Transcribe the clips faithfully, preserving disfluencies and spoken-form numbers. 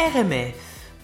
R M F.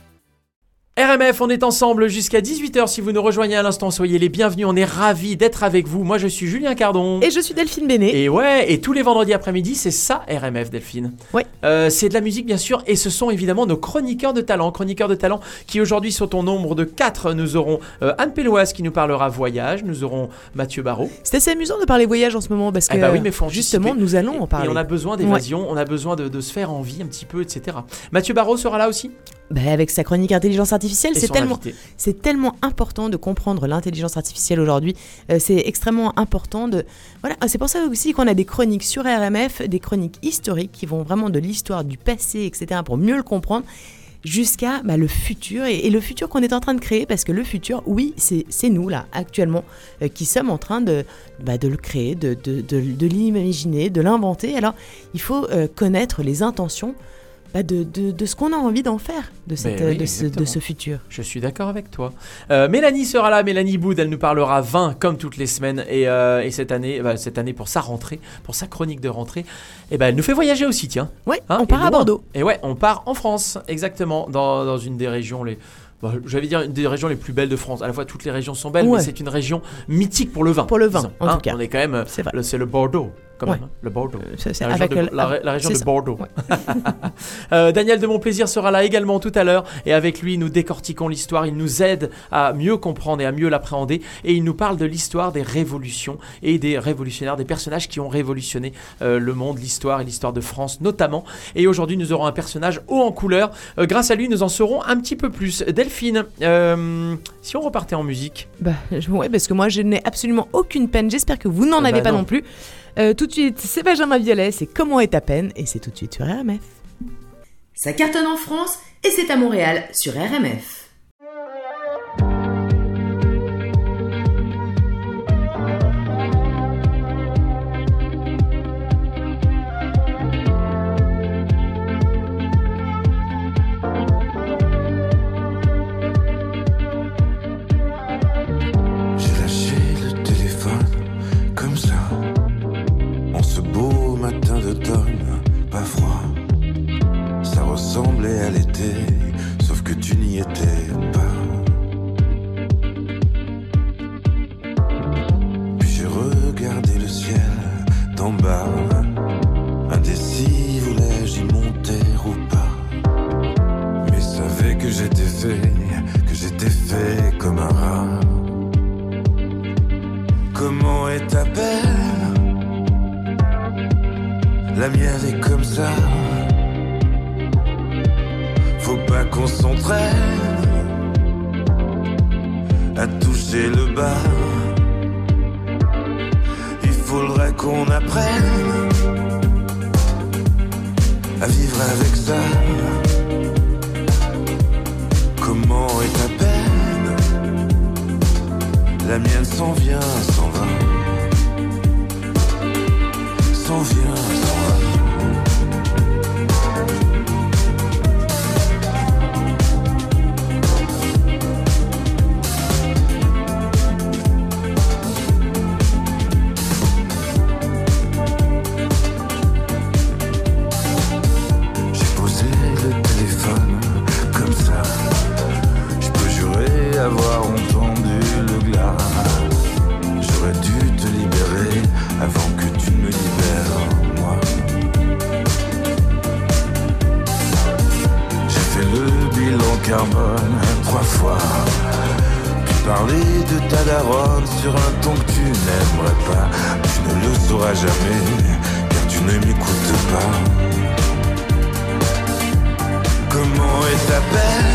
R M F, on est ensemble jusqu'à dix-huit heures. Si vous nous rejoignez à l'instant, soyez les bienvenus. On est ravis d'être avec vous. Moi, je suis Julien Cardon. Et je suis Delphine Bénet. Et ouais, et tous les vendredis après-midi, c'est ça R M F, Delphine. Ouais. Euh, c'est de la musique, bien sûr, et ce sont évidemment nos chroniqueurs de talent. Chroniqueurs de talent qui aujourd'hui sont au nombre de quatre. Nous aurons euh, Anne Pelloise qui nous parlera voyage. Nous aurons Mathieu Barraud. C'est assez amusant de parler voyage en ce moment parce que eh bah oui, mais faut justement, nous allons en parler. Et on a besoin d'évasion, ouais. on a besoin de, de se faire envie un petit peu, et cetera. Mathieu Barraud sera là aussi. Bah avec sa chronique intelligence artificielle, et c'est tellement, invité. c'est tellement important de comprendre l'intelligence artificielle aujourd'hui. Euh, c'est extrêmement important de, voilà, c'est pour ça aussi qu'on a des chroniques sur R M F, des chroniques historiques qui vont vraiment de l'histoire, du passé, et cetera pour mieux le comprendre, jusqu'à bah, le futur et, et le futur qu'on est en train de créer, parce que le futur, oui, c'est, c'est nous là actuellement euh, qui sommes en train de, bah, de le créer, de, de, de, de l'imaginer, de l'inventer. Alors, il faut euh, connaître les intentions. Bah de, de, de ce qu'on a envie d'en faire de, cette, oui, de, ce, de ce futur. Je suis d'accord avec toi. Euh, Mélanie sera là, Mélanie Boud, elle nous parlera vin comme toutes les semaines. Et, euh, et cette année, bah, cette année pour sa rentrée, pour sa chronique de rentrée, et bah, elle nous fait voyager aussi, tiens. Oui, hein, on part à Bordeaux. Et ouais, on part en France, exactement, dans, dans une des régions les... Bah, j'allais dire une des régions les plus belles de France. À la fois, toutes les régions sont belles, ouais. mais c'est une région mythique pour le vin. Pour le vin, disons, en hein, tout cas. On est quand même, c'est, le, c'est le Bordeaux. Quand ouais. même, hein, le Bordeaux. Euh, c'est, c'est la, région avec de, la, la région de ça. Bordeaux. Ouais. euh, Daniel de Montplaisir sera là également tout à l'heure. Et avec lui, nous décortiquons l'histoire. Il nous aide à mieux comprendre et à mieux l'appréhender. Et il nous parle de l'histoire des révolutions et des révolutionnaires, des personnages qui ont révolutionné euh, le monde, l'histoire et l'histoire de France notamment. Et aujourd'hui, nous aurons un personnage haut en couleur. Euh, grâce à lui, nous en saurons un petit peu plus. Delphine, euh, si on repartait en musique. Bah, ouais, parce que moi, je n'ai absolument aucune peine. J'espère que vous n'en euh, avez bah pas non, non plus. Euh, tout de suite, c'est Benjamin Violet, c'est Comment est ta peine, et c'est tout de suite sur R M F. Ça cartonne en France, et c'est à Montréal, sur R M F. Pas froid, ça ressemblait à l'été, sauf que tu n'y étais pas. Puis j'ai regardé le ciel d'en bas, indécis, voulais-je y monter ou pas. Mais savais que j'étais fait, que j'étais fait comme un rat. Comment est ta peine ? La mienne est comme ça. Faut pas qu'on s'entraîne à toucher le bas. Il faudrait qu'on apprenne à vivre avec ça. Comment est ta peine ? La mienne s'en vient, s'en va. S'en vient, s'en va. Avoir entendu le glas, j'aurais dû te libérer avant que tu me libères, moi. J'ai fait le bilan carbone trois fois, puis parlé de ta daronne sur un ton que tu n'aimerais pas. Tu ne le sauras jamais, car tu ne m'écoutes pas. Comment est ta peine ?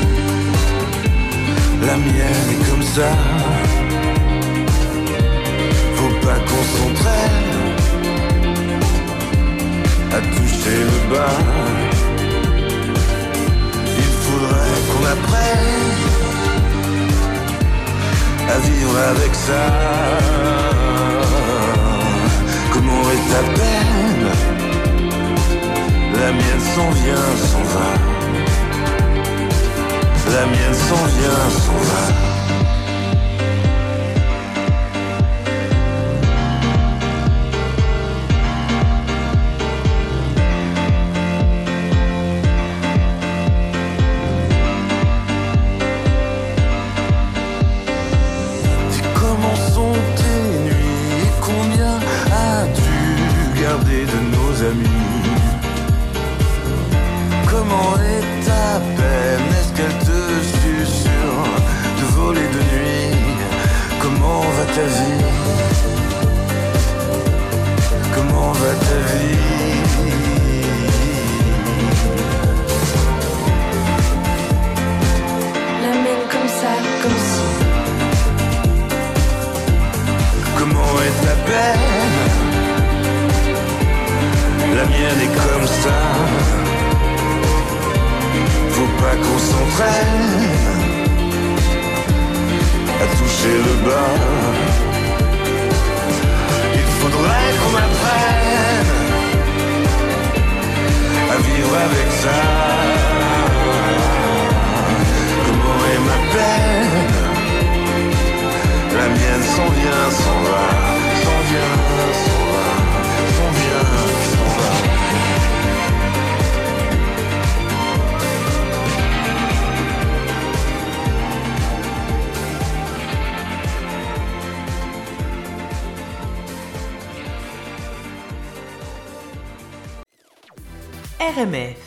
La mienne est comme ça. Faut pas qu'on s'entraîne à toucher le bas. Il faudrait qu'on apprenne à vivre avec ça. Comment est ta peine ? La mienne s'en vient, s'en va. La mienne s'en vient, s'en va. m'apprenne à toucher le bas. Il faudrait qu'on m'apprenne à vivre avec ça. Comment est ma peine? La mienne s'en vient, s'en va, s'en vient, s'en va, s'en vient, s'en va. R M F.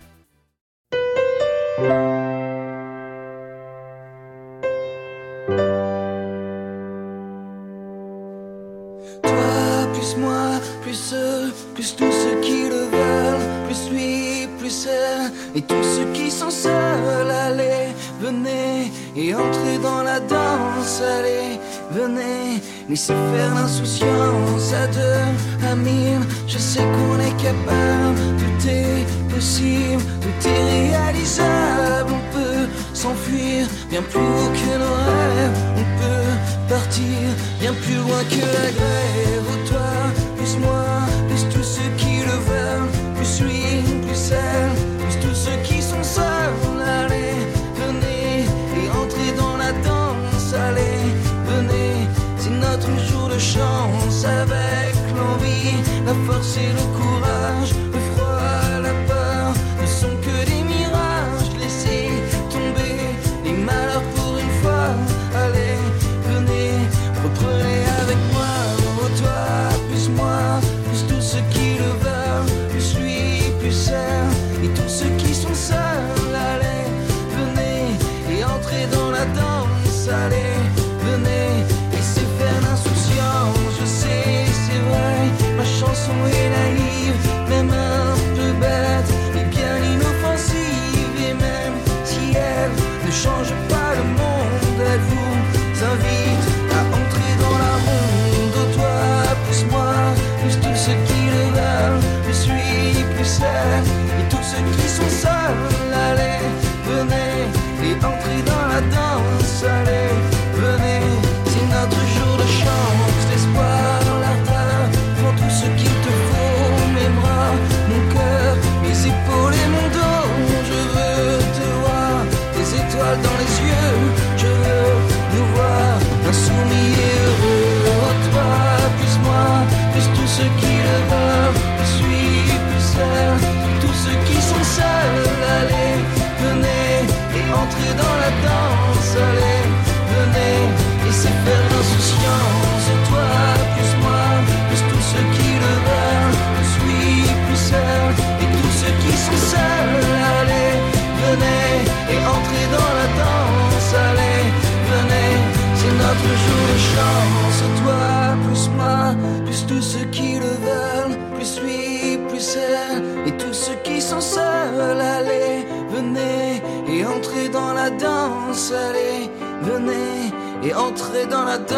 Toi, plus moi, plus eux, plus tous ceux qui le veulent, plus lui, plus elle, et tous ceux qui sont seuls, allez, venez, et entrez dans la danse, allez, venez, laissez faire l'insouciance à deux, à mille, je sais qu'on est capable, tout est possible, tout est réalisable, on peut s'enfuir bien plus haut que nos rêves, on peut partir bien plus loin que la grève. Oh, toi, plus moi, plus tous ceux qui le veulent, plus lui, plus elle, plus tous ceux qui sont seuls, allez, venez, et entrez dans la danse, allez, venez, c'est notre jour de chance, avec l'envie, la force et le courage, le froid, la peur, ne sont que des mirages, laissez tomber les malheurs pour une fois, allez, venez, reprenez avec moi, oh, toi, plus moi, plus tous ceux qui le veulent, plus lui, plus elle, et tous ceux qui sont seuls, allez, venez, et entrez dans la danse, allez, venez, laissez faire l'insouciance, je sais, c'est vrai, ma chanson est naïve, même un peu bête, mais bien inoffensive, et même si elle ne change pas le monde, elle vous invite à entrer dans la ronde. Oh, toi, plus moi, plus tous ceux qui le veulent, plus lui, plus elle, et tous ceux qui sont seuls, allez, venez, et entrez dans la danse, allez, venez, c'est notre jour de chance, l'espoir, l'ardeur, pour tout ce qu'il te faut, mes bras, mon cœur, mes épaules et mon dos, je veux te voir, des étoiles dans les yeux, je veux nous voir insoumis et heureux. Oh, toi, plus moi, plus tous ceux qui le veulent, plus lui, plus elle, tous ceux qui sont seuls, allez, venez, et entrez dans la danse, allez, venez, laissez faire l'insouciance. Toi, plus moi, plus tous ceux qui le veulent, plus lui, plus elle, et tous ceux qui sont seuls, allez, venez, et entrez dans la danse, allez, venez, c'est notre jour de chance. Toi, plus moi, plus tous ceux qui le veulent, plus lui, plus elle, et tous ceux qui sont seuls, allez, venez, et entrez dans la danse, allez, venez, et entrez dans la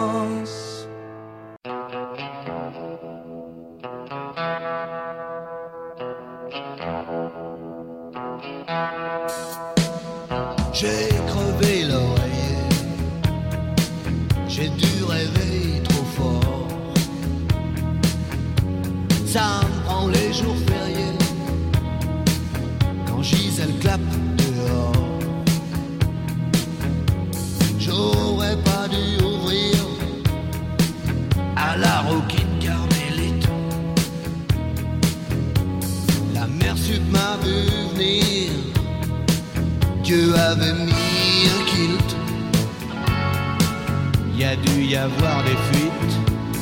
danse. J'ai crevé l'oreiller, j'ai dû rêver trop fort. Ça me prend les jours fériés, quand Gisèle clappe dehors. J'aurais pas dû ouvrir à la roquine carmélite. La mère sup m'a vu venir, Dieu avait mis un kilt. Y a dû y avoir des fuites.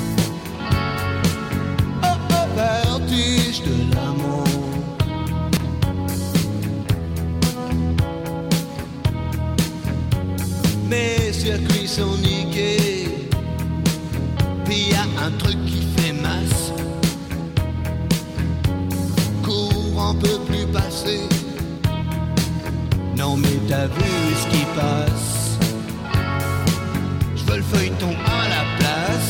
Oh oh, vertige de l'amour. Mes circuits sont niqués, puis y a un truc qui fait masse. Courant peut plus passer. Non mais t'as vu ce qui passe. Je veux le feuilleton à la place.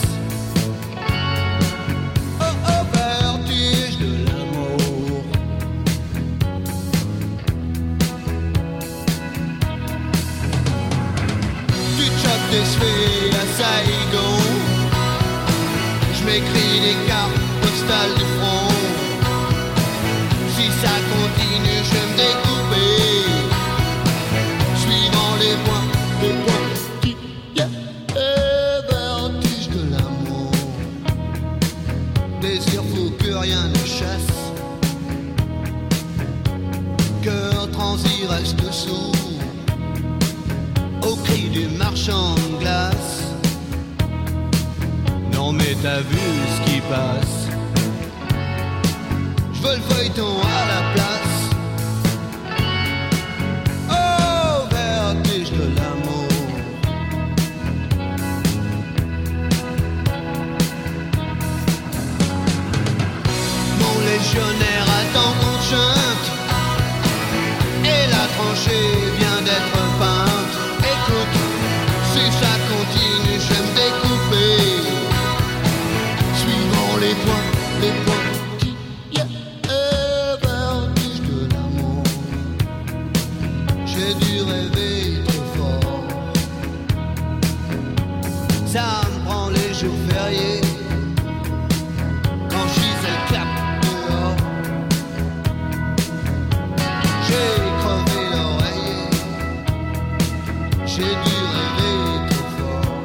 Oh oh, vertige de l'amour. décelé à Saigon. Je m'écris des cartes postales du front. Si ça continue, je vais me découper, suivant les points, les points qui yeah, vertige de l'amour. Désir fou que rien ne chasse, cœur transi reste sourd au cri du marchand de glace. Non mais t'as vu ce qui passe, je veux le feuilleton à la place. Oh, vertige de l'amour. Mon légionnaire attend qu'on chante et la tranchée vient d'être peinte. Écoute, si ça continue, je vais me découper, suivant les points, les points. J'ai dû rêver trop fort. Ça me prend les jours fériés quand je suis un cap dehors. J'ai crevé l'oreiller. J'ai dû rêver trop fort.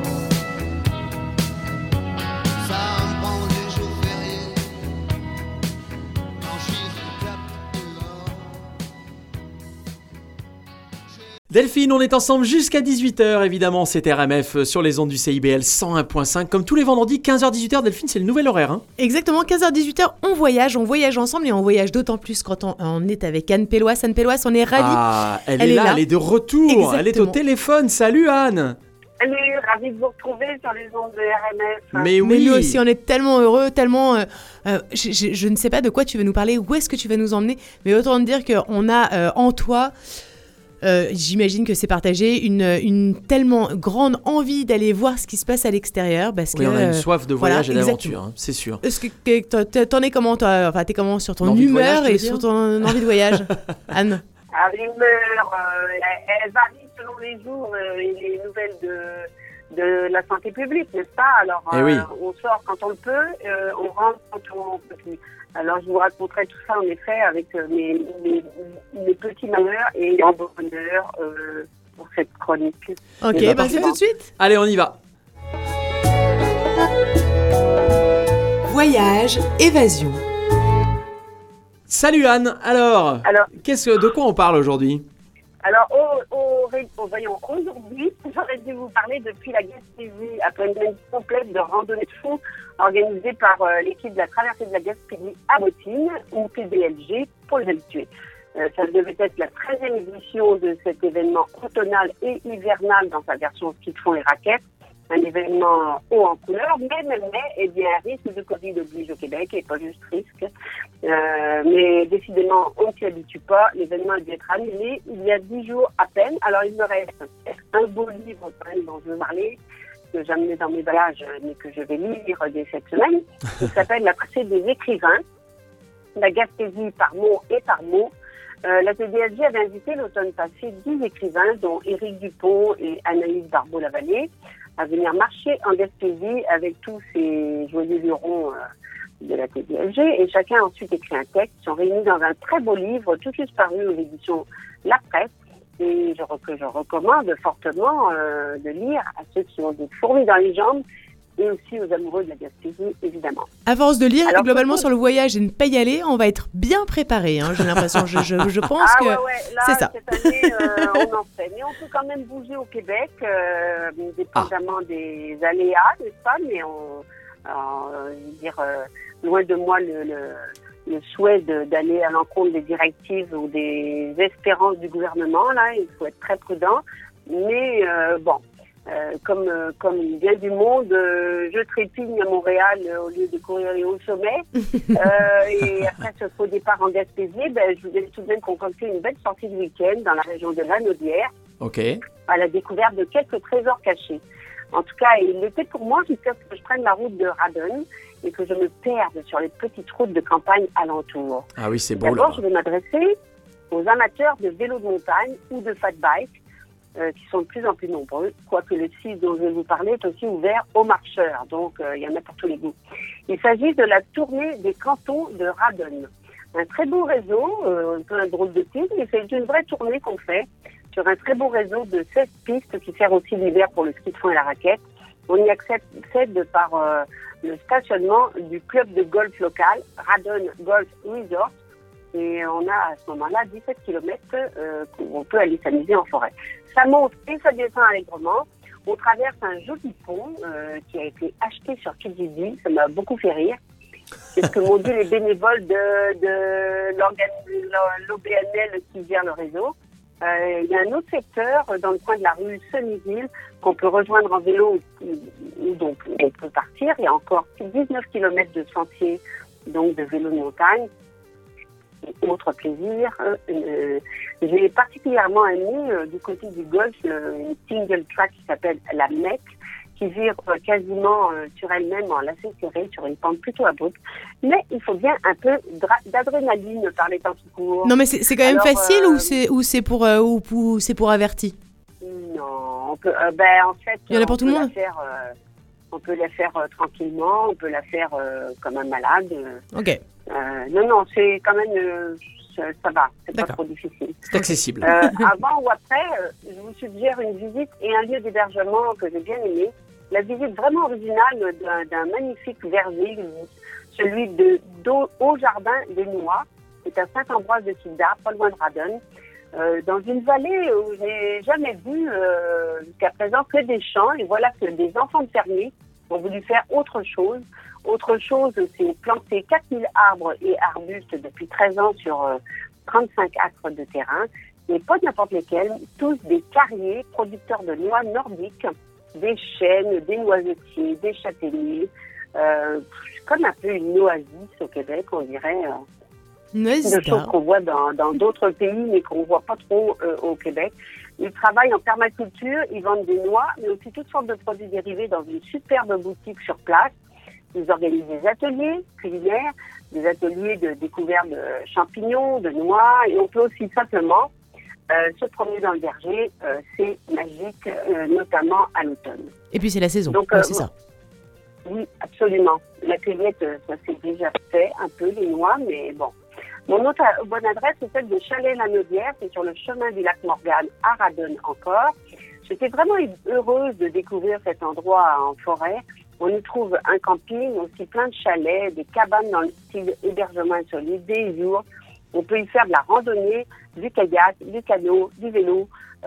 Ça me prend les jours fériés quand je suis un cap dehors. Delphine, on est ensemble jusqu'à dix-huit heures, évidemment, c'est R M F sur les ondes du C I B L cent un point cinq. Comme tous les vendredis, quinze heures dix-huit heures, Delphine, c'est le nouvel horaire. Hein. Exactement, quinze heures dix-huit heures, on voyage, on voyage ensemble et on voyage d'autant plus quand on, on est avec Anne Pellois. Anne Pellois, on est ravis. Ah, elle, elle est, est là, là, elle est de retour, Exactement. Elle est au téléphone. Salut Anne. Salut, ravie de vous retrouver sur les ondes de R M F. Mais oui. Mais nous aussi, on est tellement heureux, tellement... Euh, euh, je, je, je ne sais pas de quoi tu veux nous parler, où est-ce que tu vas nous emmener, mais autant te dire qu'on a euh, en toi... Euh, j'imagine que c'est partagé, une, une tellement grande envie d'aller voir ce qui se passe à l'extérieur. Parce oui, que, on a une soif de voyage voilà, et d'aventure, hein, c'est sûr. Est-ce que, que t'en es comment, toi? Enfin, t'es comment sur ton L'envie humeur voyage, et sur ton envie de voyage, Anne? Alors, l'humeur, euh, elle, elle varie selon les jours euh, et les nouvelles de, de la santé publique, n'est-ce pas? Alors, eh euh, oui. on sort quand on le peut, euh, on rentre quand on peut plus. Alors, je vous raconterai tout ça, en effet, avec euh, mes, mes, mes petits malheurs et en bonheur euh, pour cette chronique. Ok, bah, bah c'est tout de suite. Allez, on y va. Voyage, évasion. Salut Anne, alors, alors qu'est-ce, de quoi on parle aujourd'hui? Alors, au, au, au, voyons, aujourd'hui, j'aurais dû vous parler depuis la Gaspésie, après une semaine complète de randonnée de fond organisée par euh, l'équipe de la traversée de la Gaspésie à Bottines, ou T D L G, pour les habitués. Euh, ça devait être la treizième édition de cet événement automnal et hivernal dans sa version ski de fond et raquettes. Un événement haut en couleur, mais, mais, mais, eh bien, risque de Covid oblige au Québec, et pas juste risque. Euh, mais décidément, on ne s'y habitue pas. L'événement a dû être annulé il y a dix jours à peine. Alors, il me reste un beau livre quand même dont je veux parler, que j'ai amené dans mes bagages, mais que je vais lire dès cette semaine. Il s'appelle La Tracée des écrivains, la Gaspésie par mots et par mots. Euh, la T D L G avait invité l'automne passé dix écrivains, dont Éric Dupont et Anaïs Barbeau-Lavallée, à venir marcher en Gaspésie avec tous ces joyeux lurons euh, de la T D L G. Et chacun a ensuite écrit un texte. Ils sont réunis dans un très beau livre, tout juste paru aux éditions La Presse. Et je, que je recommande fortement euh, de lire à ceux qui ont des fourmis dans les jambes et aussi aux amoureux de la Gaspésie, évidemment. À force de lire, Alors, globalement, pour... sur le voyage et ne pas y aller, on va être bien préparé, hein, j'ai l'impression. Je, je, je pense ah, que ouais, ouais. Là, c'est ça. Cette année, euh, on en fait. Mais on peut quand même bouger au Québec, euh, dépendamment ah. des aléas, n'est-ce pas? Mais on, euh, je veux dire, euh, loin de moi le, le, le souhait de, d'aller à l'encontre des directives ou des espérances du gouvernement. Là, il faut être très prudent. Mais euh, bon. Euh, comme euh, comme bien du monde, euh, je trépigne à Montréal euh, au lieu de courir les hauts sommets. euh, et après ce faux départ en Gaspésie, ben, je vous ai tout de même concocté une belle sortie de week-end dans la région de Lanaudière, okay. à la découverte de quelques trésors cachés. En tout cas, il était pour moi jusqu'à ce que je prenne la route de Radon et que je me perde sur les petites routes de campagne alentour. Ah oui, c'est beau. D'abord, là. je vais m'adresser aux amateurs de vélo de montagne ou de fat bike, euh, qui sont de plus en plus nombreux, quoique le site dont je vais vous parler est aussi ouvert aux marcheurs, donc euh, il y en a pour tous les goûts. Il s'agit de la tournée des cantons de Radon. Un très beau réseau, euh, un peu un drôle de titre, mais c'est une vraie tournée qu'on fait sur un très beau réseau de seize pistes qui sert aussi l'hiver pour le ski de fond et la raquette. On y accède par euh, le stationnement du club de golf local, Radon Golf Resort, et on a à ce moment-là dix-sept kilomètres euh, où on peut aller s'amuser en forêt. Ça monte et ça descend allègrement. On traverse un joli pont euh, qui a été acheté sur Kijiji. Ça m'a beaucoup fait rire. C'est ce que m'ont dit les bénévoles de, de l'O B N L qui gère le réseau. Euh, il y a un autre secteur dans le coin de la rue Sunnyville qu'on peut rejoindre en vélo ou donc on peut partir. Il y a encore dix-neuf kilomètres de sentiers, donc de vélo de montagne. Et autre plaisir, euh, j'ai particulièrement aimé euh, du côté du golf le, une single track qui s'appelle la Mec, qui vire euh, quasiment euh, sur elle-même en lacet serré sur une pente plutôt abrupte. Mais il faut bien un peu d'adrénaline par les temps qui courent. Non mais c'est, c'est quand même Alors, facile euh, ou c'est ou c'est pour euh, ou, ou c'est pour averti? Non, on peut. Euh, ben en fait, il y en a pour tout le monde. Faire, euh, on peut la faire euh, tranquillement, on peut la faire euh, comme un malade. Euh, ok. Euh, non, non, c'est quand même, euh, ça, ça va, c'est D'accord. pas trop difficile. C'est accessible. Euh, avant ou après, euh, je vous suggère une visite et un lieu d'hébergement que j'ai bien aimé. La visite vraiment originale d'un, d'un magnifique verger, celui de d'eau au jardin des Noix. C'est à Saint-Ambroise-de-Tildar, pas loin de Radon, euh, dans une vallée où j'ai jamais vu euh, jusqu'à présent que des champs. Et voilà que des enfants de fermiers ont voulu faire autre chose. Autre chose, c'est planter quatre mille arbres et arbustes depuis treize ans sur euh, trente-cinq acres de terrain, et pas n'importe lesquels, tous des carriers producteurs de noix nordiques, des chênes, des noisetiers, des châtaigniers, euh, comme un peu une oasis au Québec, on dirait, euh, Mais de choses qu'on voit dans, dans d'autres pays, mais qu'on ne voit pas trop euh, au Québec. Ils travaillent en permaculture, ils vendent des noix, mais aussi toutes sortes de produits dérivés dans une superbe boutique sur place. Ils organisent des ateliers culinaires, des ateliers de découverte de champignons, de noix, et on peut aussi simplement euh, se promener dans le verger. Euh, c'est magique, euh, notamment à l'automne. Et puis c'est la saison. Donc, ouais, euh, c'est ça. Oui, absolument. La cueillette, euh, ça s'est déjà fait un peu, les noix, mais bon. Mon autre bonne adresse, c'est celle de Chalais-la-Naudière, c'est sur le chemin du lac Morgan à Radon encore. J'étais vraiment heureuse de découvrir cet endroit en forêt. On y trouve un camping, aussi plein de chalets, des cabanes dans le style hébergement insolite, des jours. On peut y faire de la randonnée, du kayak, du canot, du vélo,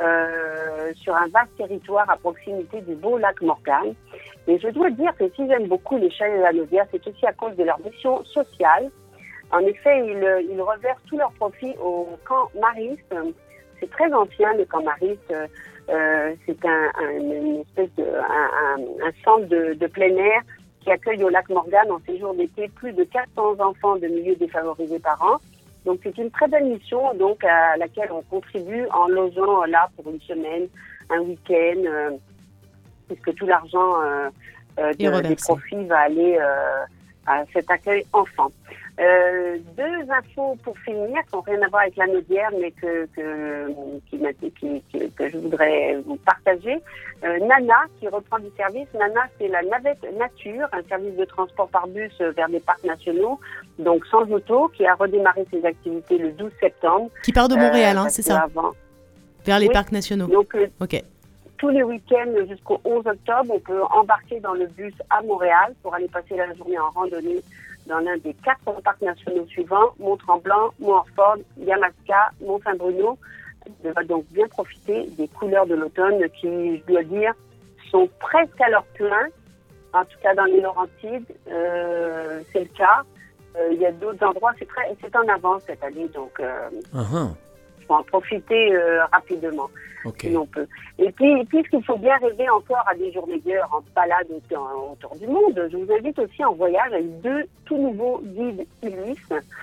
euh, sur un vaste territoire à proximité du beau lac Morgan. Et je dois dire que si j'aime beaucoup les chalets de la Naudière, c'est aussi à cause de leur mission sociale. En effet, ils, ils reversent tous leurs profits au camp mariste. C'est très ancien, le camp mariste. Euh, c'est un, un, une espèce de un, un, un centre de, de plein air qui accueille au lac Morgan en séjour d'été plus de quatre cents enfants de milieux défavorisés par an. Donc c'est une très belle mission donc à laquelle on contribue en logeant là pour une semaine, un week-end, euh, puisque tout l'argent euh, euh, de, des profits va aller euh, à cet accueil enfant. Euh, deux infos pour finir qui n'ont rien à voir avec la Naudière, mais que que, qui, qui, qui, que je voudrais vous partager. Euh, Nana qui reprend du service. Nana, c'est la navette nature, un service de transport par bus vers des parcs nationaux, donc sans auto, qui a redémarré ses activités le douze septembre. Qui part de Montréal, euh, hein, c'est ça avant. Vers les oui. parcs nationaux. Donc, euh, ok. Tous les week-ends jusqu'au onze octobre, on peut embarquer dans le bus à Montréal pour aller passer la journée en randonnée dans l'un des quatre parcs nationaux suivants, Mont-Tremblant, Mont-Orford, Yamaska, Mont-Saint-Bruno. On va donc bien profiter des couleurs de l'automne qui, je dois dire, sont presque à leur plein. En tout cas, dans les Laurentides, euh, c'est le cas. Euh, il y a d'autres endroits, c'est, très, c'est en avance cette année, donc euh, uh-huh. il faut en profiter euh, rapidement. Okay. Si on peut. Et puis, puisqu'il faut bien rêver encore à des jours meilleurs en balade autour, autour du monde, je vous invite aussi en voyage avec deux tout nouveaux guides Ulysse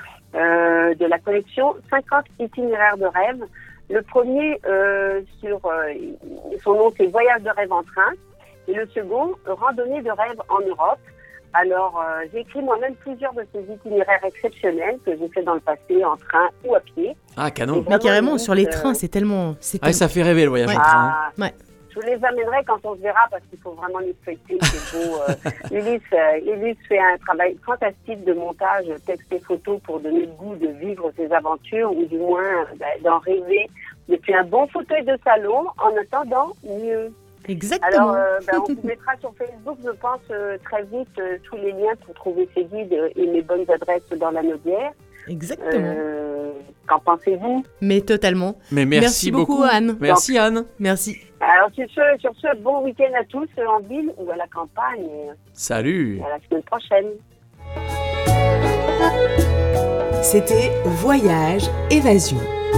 euh, de la collection cinquante itinéraires de rêve. Le premier, euh, sur euh, son nom, c'est Voyage de rêve en train. Et le second, Randonnée de rêve en Europe. Alors, euh, j'ai écrit moi-même plusieurs de ces itinéraires exceptionnels que j'ai fait dans le passé en train ou à pied. Ah, canon. Et Mais vraiment, carrément, Ulysse, sur les euh, trains, c'est tellement... C'est Ah, ça fait rêver le voyage Ouais. en train. hein. Ah, Ouais. Je vous les amènerai quand on se verra parce qu'il faut vraiment les feuilleter, c'est beau. Euh, Ulysse, euh, Ulysse fait un travail fantastique de montage, texte et photo pour donner le goût de vivre ses aventures ou du moins euh, d'en rêver depuis un bon fauteuil de salon en attendant mieux. Exactement. Alors, euh, ben, on vous mettra sur Facebook, je pense, euh, très vite euh, tous les liens pour trouver ces guides et mes bonnes adresses dans la Naudière. Exactement. Euh, qu'en pensez-vous? Mais totalement. Mais merci, Merci beaucoup, Anne. Merci Anne. Merci. Alors, sur ce, sur ce, bon week-end à tous euh, en ville ou à la campagne. Et Salut. à la semaine prochaine. C'était Voyage Évasion.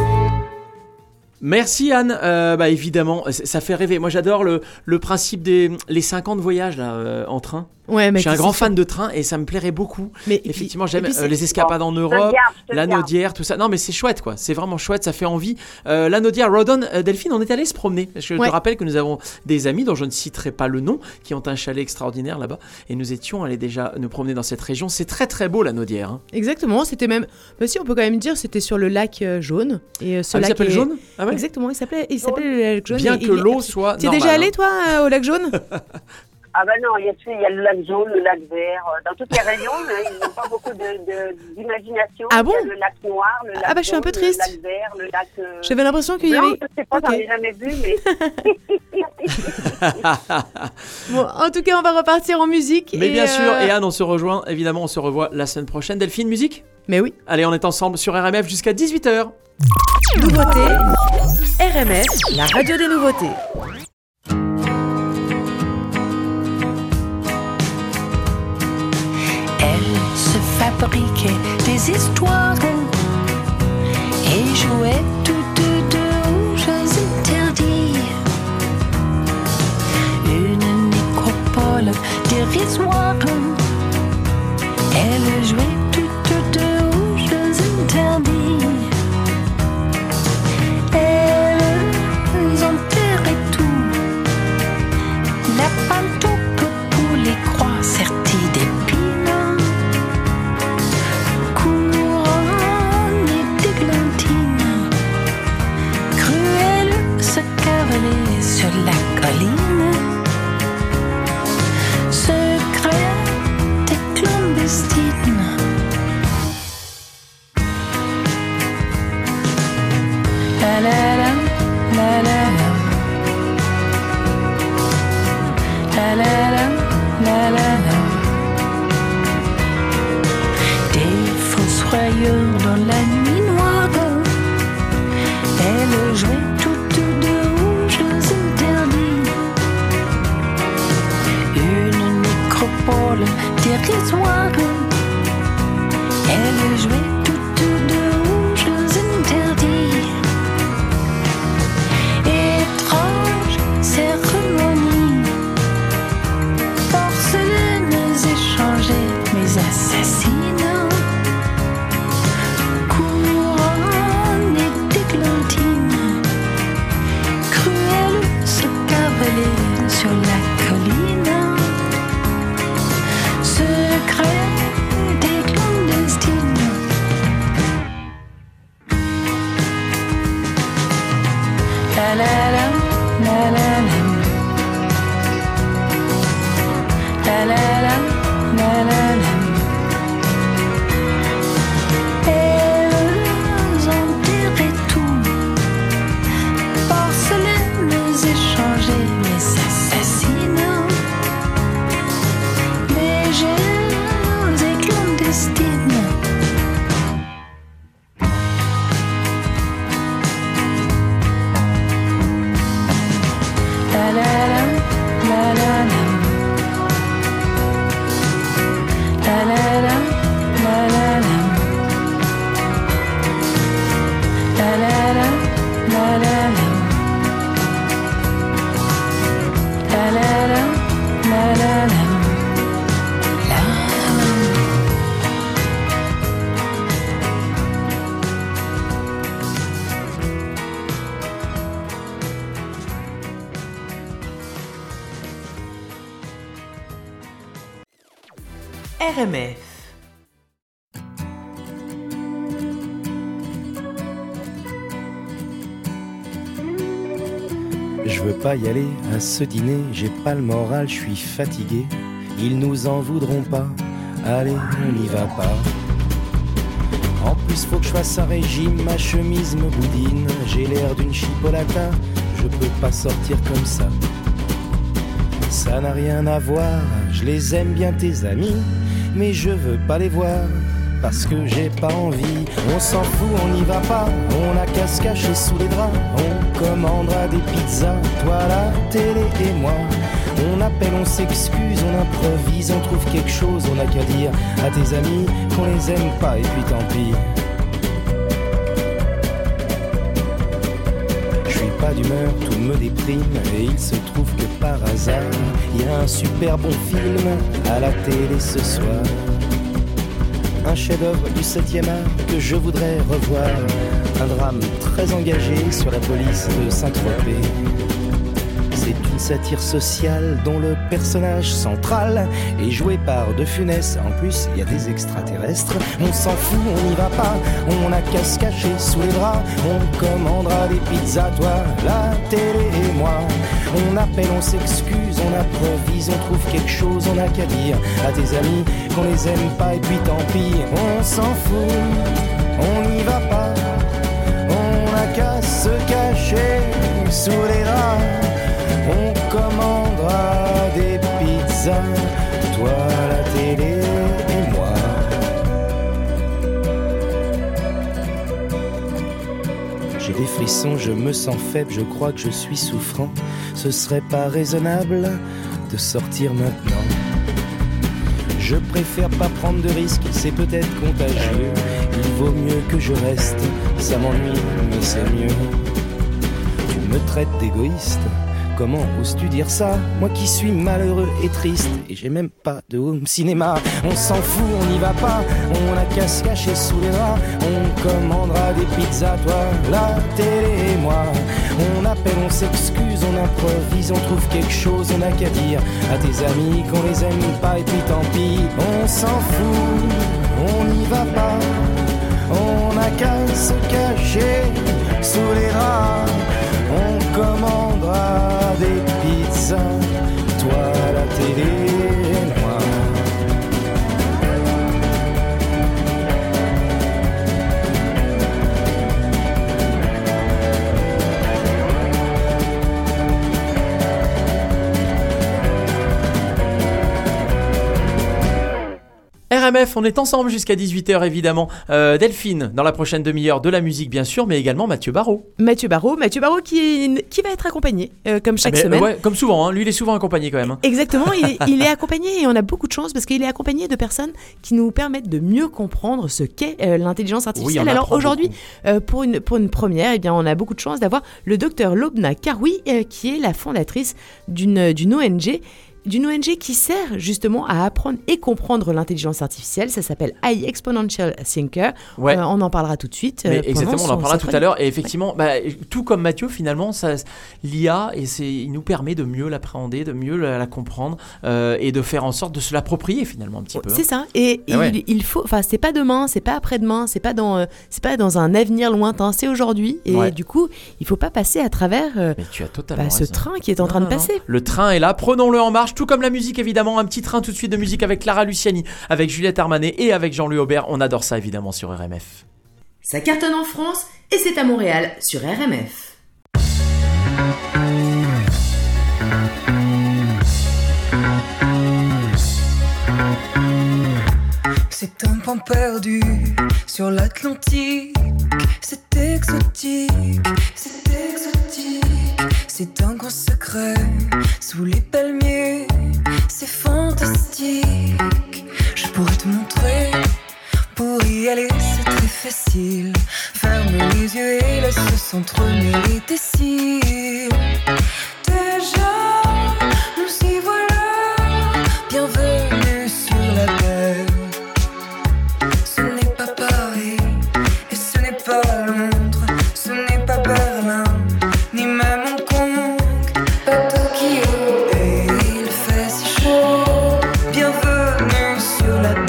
Merci Anne. Euh, bah évidemment, c- ça fait rêver. Moi j'adore le, le principe des les cinquante voyages là euh, en train. Ouais, mais Je suis un qu'est-ce grand que fan de train et ça me plairait beaucoup. Mais et puis- Effectivement, et j'aime puis euh, c'est- les escapades en Je te Europe, le garde, je te le la garde. Naudière, tout ça. Non mais c'est chouette quoi. C'est vraiment chouette, ça fait envie. Euh, la Naudière, Rodon, euh, Delphine, on est allé se promener. Je Ouais. te rappelle que nous avons des amis dont je ne citerai pas le nom, qui ont un chalet extraordinaire là-bas et nous étions allés déjà nous promener dans cette région. C'est très très beau la Naudière. Hein. Exactement, c'était même... Bah si, on peut quand même dire, c'était sur le lac euh, Jaune. Et euh, ce Ah, il lac s'appelle est- Jaune. Ah ouais. Exactement, il s'appelait, il s'appelait le lac Jaune. Bien et que il est l'eau absolu- soit T'es normale. déjà allé hein. toi euh, au lac Jaune? Ah ben non, il y, a, il y a le lac jaune, le lac vert. euh, Dans toutes les régions, mais ils n'ont pas beaucoup de, de, d'imagination. Ah bon? Il y a le lac noir, le lac Ah bah, je suis un peu jaune, triste. le lac vert, le lac... Euh... J'avais l'impression qu'il y Non, avait... je sais pas, j'en Ok. ai jamais vu, mais... Bon, en tout cas, on va repartir en musique. Mais et, bien sûr, euh, et Anne, on se rejoint. Évidemment, on se revoit la semaine prochaine. Delphine, musique. Mais oui. Allez, on est ensemble sur R M F jusqu'à dix-huit heures. Nouveauté, R M F, la radio des nouveautés. Elle se fabriquait des histoires et jouait toutes deux aux jeux interdits. Une nécropole dérisoire. Elle jouait toutes deux aux jeux interdits. Elles enterraient tout. La pantoupe pour les croix serties d'épines, couronnées d'églantines, cruelle se cavalait sur la colline, secrète et clandestine. La la la, la la la. La la la, la la la. Des fossoyeurs dans la nuit noire. Elles jouaient toutes deux aux jeux interdits. Une nécropole dérisoire. Elles jouaient toutes deux aux jeux interdits. Étrange cérémonie. Porcelaines échangées, mes assassines, couronnées d'églantines, cruelles se cavalaient sur la colline, secret des clandestines. La la la, la la la. La la la, la la la. Elles enterraient tout. Porcelaines échangées, les assassines. Légères et clandestines. La la la, la la la. R M F. Je veux pas y aller à ce dîner, j'ai pas le moral, je suis fatigué. Ils nous en voudront pas, allez, on n'y va pas. En plus faut que je fasse un régime, ma chemise me boudine. J'ai l'air d'une chipolata, je peux pas sortir comme ça. Ça n'a rien à voir, je les aime bien tes amis, mais je veux pas les voir, parce que j'ai pas envie. On s'en fout, on n'y va pas, on a qu'à se cacher sous les draps. On commandera des pizzas, toi la télé et moi. On appelle, on s'excuse, on improvise, on trouve quelque chose, on a qu'à dire à tes amis qu'on les aime pas et puis tant pis. Je suis pas d'humeur, tout me déprime et il se trouve que par hasard, il y a un super bon film à la télé ce soir. Un chef-d'œuvre du septième art que je voudrais revoir. Un drame très engagé sur la police de Saint-Tropez. C'est une satire sociale dont le personnage central est joué par De Funès. En plus, il y a des extraterrestres. On s'en fout, on n'y va pas. On a qu'à se cacher sous les draps. On commandera des pizzas, toi, la télé et moi. On appelle, on s'excuse, on improvise, on trouve quelque chose, on a qu'à dire à tes amis qu'on les aime pas et puis tant pis. On s'en fout, on n'y va pas. On a qu'à se cacher sous les draps. On commandera des pizzas, toi la télé et moi. J'ai des frissons, je me sens faible, je crois que je suis souffrant. Ce serait pas raisonnable de sortir maintenant. Je préfère pas prendre de risques, c'est peut-être contagieux. Il vaut mieux que je reste, ça m'ennuie, mais c'est mieux. Tu me traites d'égoïste. Comment oses-tu dire ça? Moi qui suis malheureux et triste, et j'ai même pas de home cinéma. On s'en fout, on n'y va pas, on a qu'à se cacher sous les draps. On commandera des pizzas, toi, la télé et moi. On appelle, on s'excuse, on improvise, on trouve quelque chose, on a qu'à dire à tes amis qu'on les aime pas et puis tant pis. On s'en fout, on n'y va pas, on a qu'à se cacher sous les draps. On commandera des pizzas, toi la télé et moi. R M F, on est ensemble jusqu'à dix-huit heures évidemment. Euh, Delphine, dans la prochaine demi-heure, de la musique bien sûr, mais également Mathieu Barraud. Mathieu Barraud, Mathieu Barraud qui, qui va être accompagné, euh, comme chaque ah ben, semaine. Ouais, comme souvent, hein. Lui il est souvent accompagné quand même. Hein. Exactement, il, il est accompagné et on a beaucoup de chance parce qu'il est accompagné de personnes qui nous permettent de mieux comprendre ce qu'est euh, l'intelligence artificielle. Oui, alors aujourd'hui, euh, pour, une, pour une première, eh bien, on a beaucoup de chance d'avoir le docteur Lobna Karoui, euh, qui est la fondatrice d'une, d'une O N G d'une O N G qui sert justement à apprendre et comprendre l'intelligence artificielle. Ça s'appelle High Exponential Thinker. Ouais. Euh, on en parlera tout de suite. Mais euh, exactement, on en parlera tout à l'heure. Et effectivement, ouais. bah, tout comme Mathieu, finalement, ça, l'I A, et c'est, il nous permet de mieux l'appréhender, de mieux la, la comprendre euh, et de faire en sorte de se l'approprier finalement un petit peu. C'est ça. Et, et ouais. il, il faut. Enfin, c'est pas demain, c'est pas après-demain, c'est pas dans, euh, c'est pas dans un avenir lointain. C'est aujourd'hui. Et ouais. du coup, il faut pas passer à travers euh, Mais tu as totalement bah, ce raison. train qui est en non, train non, de passer. Non. Le train est là. Prenons-le en marche, tout comme la musique évidemment. Évidemment, un petit train tout de suite de musique avec Clara Luciani, avec Juliette Armanet et avec Jean-Louis Aubert. On adore ça évidemment sur R M F. Ça cartonne en France et c'est à Montréal sur R M F. C'est un pan perdu sur l'Atlantique. C'est exotique, c'est exotique. C'est un grand secret sous les palmiers. C'est fantastique. Je pourrais te montrer. Pour y aller, c'est très facile. Ferme les yeux et laisse s'entremêler tes cils. Déjà, nous y voilà. Bienvenue sur la terre. Ce n'est pas Paris et ce n'est pas Londres. Ce n'est pas Berlin, ni même Hong Kong, pas Tokyo. Et il fait si chaud. Bienvenue sur la terre.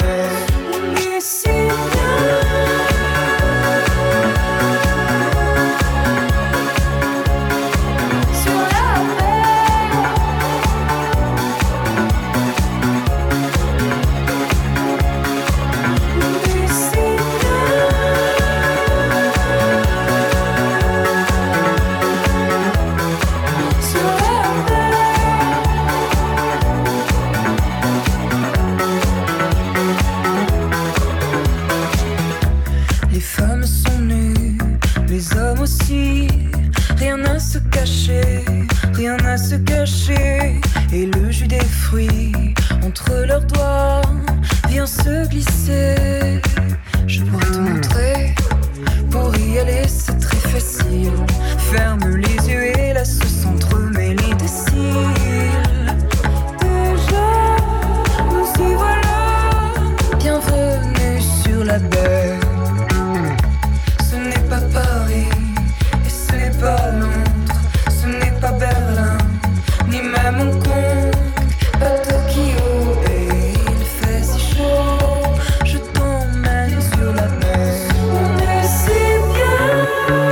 aussi. Rien à se cacher, rien à se cacher. Et le jus des fruits entre leurs doigts vient se glisser. Je pourrais te montrer, pour y aller c'est très facile. Ferme les yeux et laisse s'entremêler des cils. Déjà, nous y voilà. Bienvenue sur la baie. Ce n'est pas Paris et ce n'est pas Londres, ce n'est pas Berlin, ni même Hong Kong, pas Tokyo. Et il fait si chaud, je t'emmène sur la mer. On est si bien.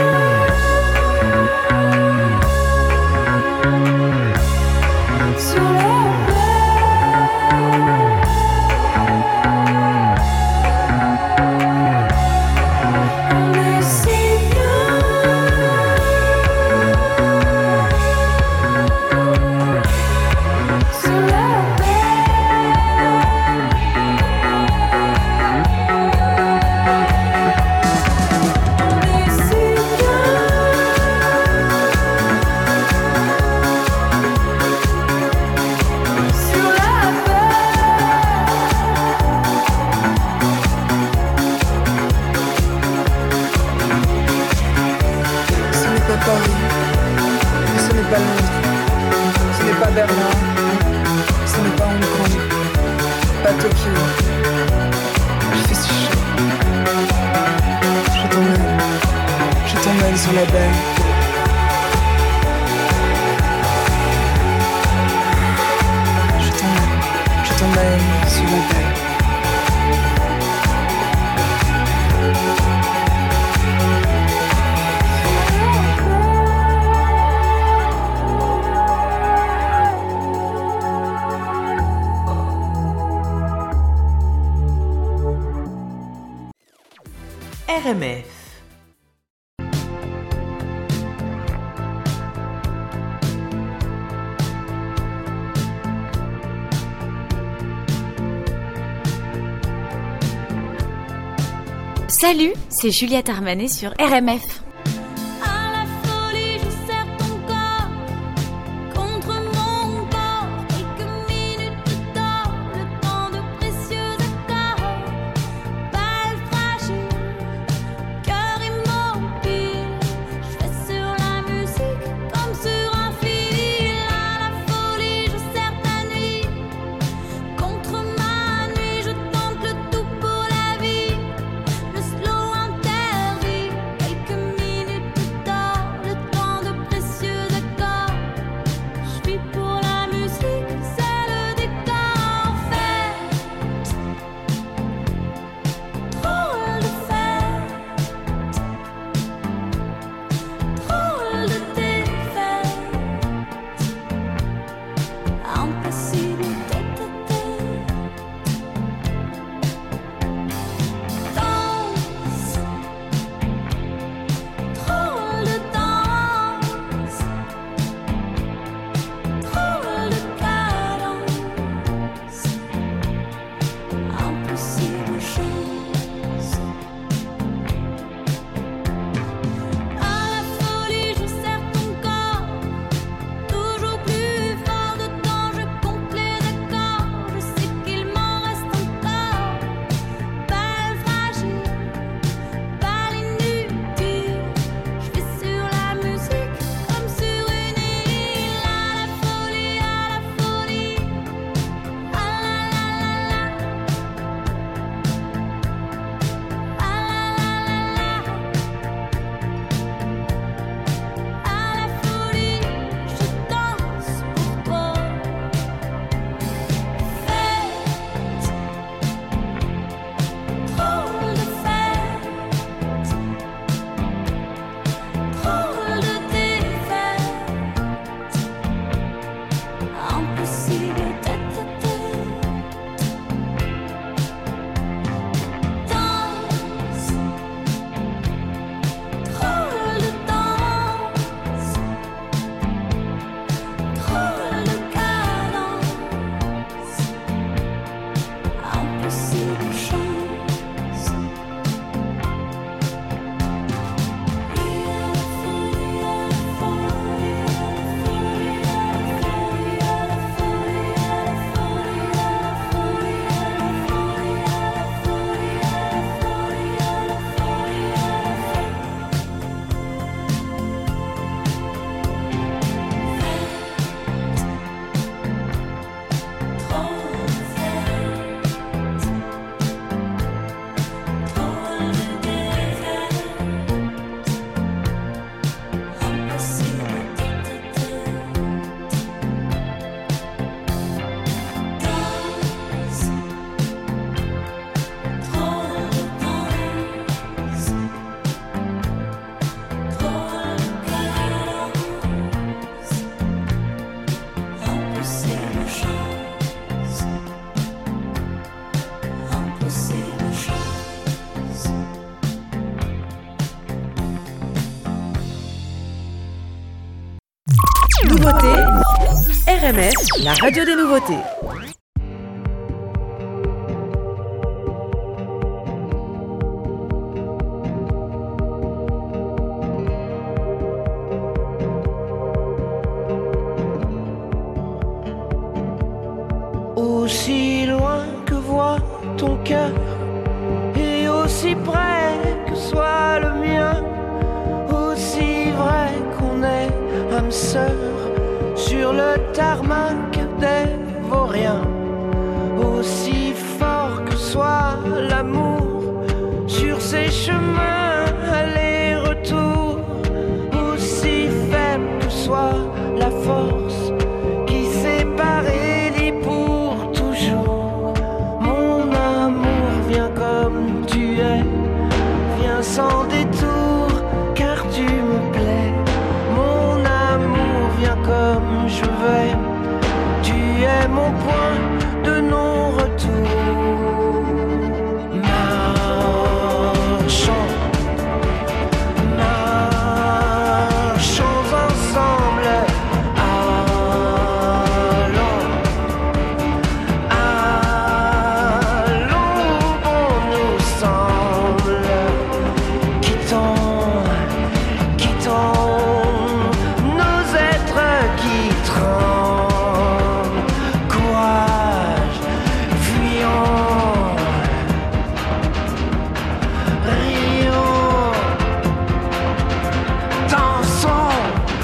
Sur la sur la baie. Je t'emmène, je t'emmène sur la baie. R M F. Salut, c'est Juliette Armanet sur R M F. Quelques nouveautés, R M F, la radio des nouveautés. Aussi loin que voit ton cœur, et aussi près que soit le mien, aussi vrai qu'on est âme sœur sur le tarmac des vauriens, aussi fort que soit l'amour sur ces chemins aller-retour, aussi faible que soit la force qui sépare et lie pour toujours. Mon amour, viens comme tu es, viens sans détour, car tu me plais. Mon amour, viens comme je vais, tu es mon point de non-retour. Marchons, marchons ensemble, allons, allons où bon nous semble. Quittons, quittons nos êtres qui tremblent. Courage, fuyons, rions, dansons.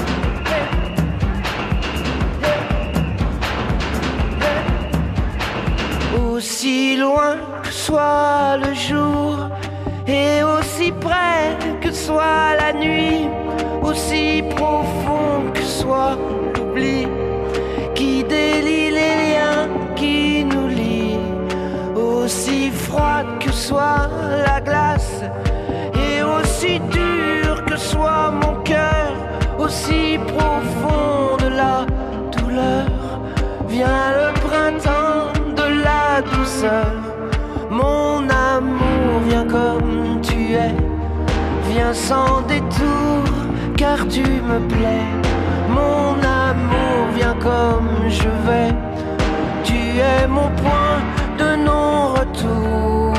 Aussi loin que soit le jour, et aussi près que soit la nuit, aussi profond que soit l'oubli qui délie les liens qui nous lient, aussi froide que soit la glace, et aussi dur que soit mon cœur, aussi profond de la douleur, vient le printemps de la douceur. Mon amour, viens comme tu es, viens sans détour, car tu me plais. Mon amour, viens comme je vais, tu es mon point de non-retour.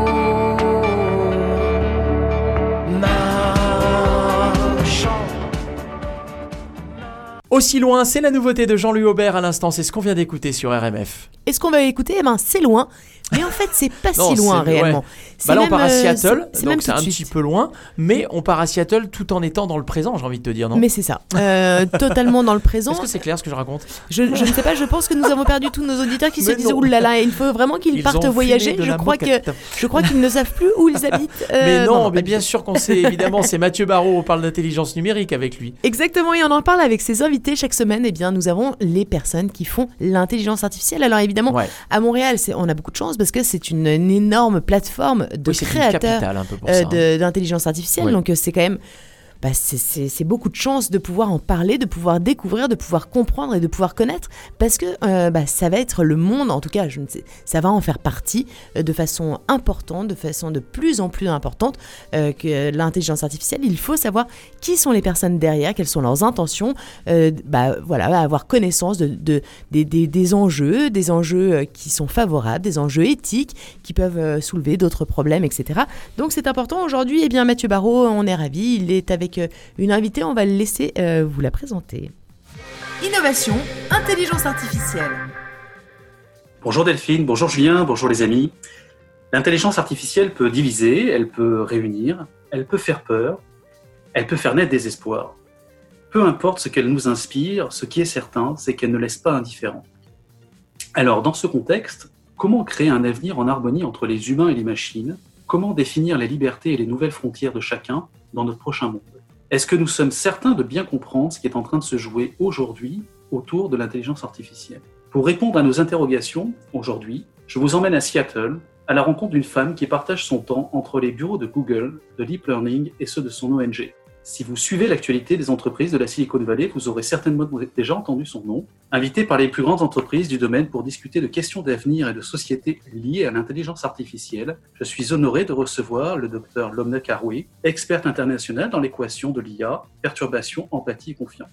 Marchons. Aussi loin, c'est la nouveauté de Jean-Louis Aubert à l'instant, c'est ce qu'on vient d'écouter sur R M F. Et ce qu'on va écouter, eh ben, c'est loin. Mais en fait, c'est pas Non, si loin c'est- réellement. ouais. C'est Bah là, on même, part à euh, Seattle, c'est- c'est même donc c'est tout un de petit suite. peu loin, mais on part à Seattle tout en étant dans le présent, j'ai envie de te dire, non? Mais c'est ça, euh, totalement dans le présent. Est-ce que c'est clair ce que je raconte? Je, je ne sais pas, je pense que nous avons perdu tous nos auditeurs qui se Mais disent non. oulala, il faut vraiment qu'ils Ils partent ont voyager. fumé de Je la crois, que, moquette. je crois qu'ils ne savent plus où ils habitent. Euh, Mais non, mais pas bien du tout. sûr qu'on sait, évidemment, c'est Mathieu Barraud, on parle d'intelligence numérique avec lui. Exactement, et on en parle avec ses invités chaque semaine. Eh bien, nous avons les personnes qui font l'intelligence artificielle. Alors évidemment, Ouais. à Montréal, c'est, on a beaucoup de chance parce que c'est une, une énorme plateforme de Oui, c'est une créateurs capitale un peu pour euh, ça, de- d'intelligence artificielle. Ouais. Donc euh, c'est quand même... Bah, c'est, c'est, c'est beaucoup de chance de pouvoir en parler, de pouvoir découvrir, de pouvoir comprendre et de pouvoir connaître, parce que euh, bah, ça va être le monde, en tout cas, je ne sais, ça va en faire partie euh, de façon importante, de façon de plus en plus importante euh, que l'intelligence artificielle. Il faut savoir qui sont les personnes derrière, quelles sont leurs intentions, euh, bah, voilà, avoir connaissance de, de, des, des, des enjeux, des enjeux euh, qui sont favorables, des enjeux éthiques qui peuvent euh, soulever d'autres problèmes, et cetera. Donc c'est important. Aujourd'hui, eh bien, Mathieu Barraud, on est ravis, il est avec euh, une invitée, on va le laisser euh, vous la présenter. Innovation, intelligence artificielle. Bonjour Delphine, bonjour Julien, bonjour les amis. L'intelligence artificielle peut diviser, elle peut réunir, elle peut faire peur, elle peut faire naître des espoirs. Peu importe ce qu'elle nous inspire, ce qui est certain, c'est qu'elle ne laisse pas indifférents. Alors, dans ce contexte, comment créer un avenir en harmonie entre les humains et les machines? Comment définir les libertés et les nouvelles frontières de chacun dans notre prochain monde? Est-ce que nous sommes certains de bien comprendre ce qui est en train de se jouer aujourd'hui autour de l'intelligence artificielle? Pour répondre à nos interrogations, aujourd'hui, je vous emmène à Seattle, à la rencontre d'une femme qui partage son temps entre les bureaux de Google, de Deep Learning et ceux de son O N G. Si vous suivez l'actualité des entreprises de la Silicon Valley, vous aurez certainement déjà entendu son nom. Invitée par les plus grandes entreprises du domaine pour discuter de questions d'avenir et de société liées à l'intelligence artificielle, je suis honoré de recevoir le docteur Lomna Karoui, experte internationale dans l'équation de l'I A, perturbation, empathie et confiance.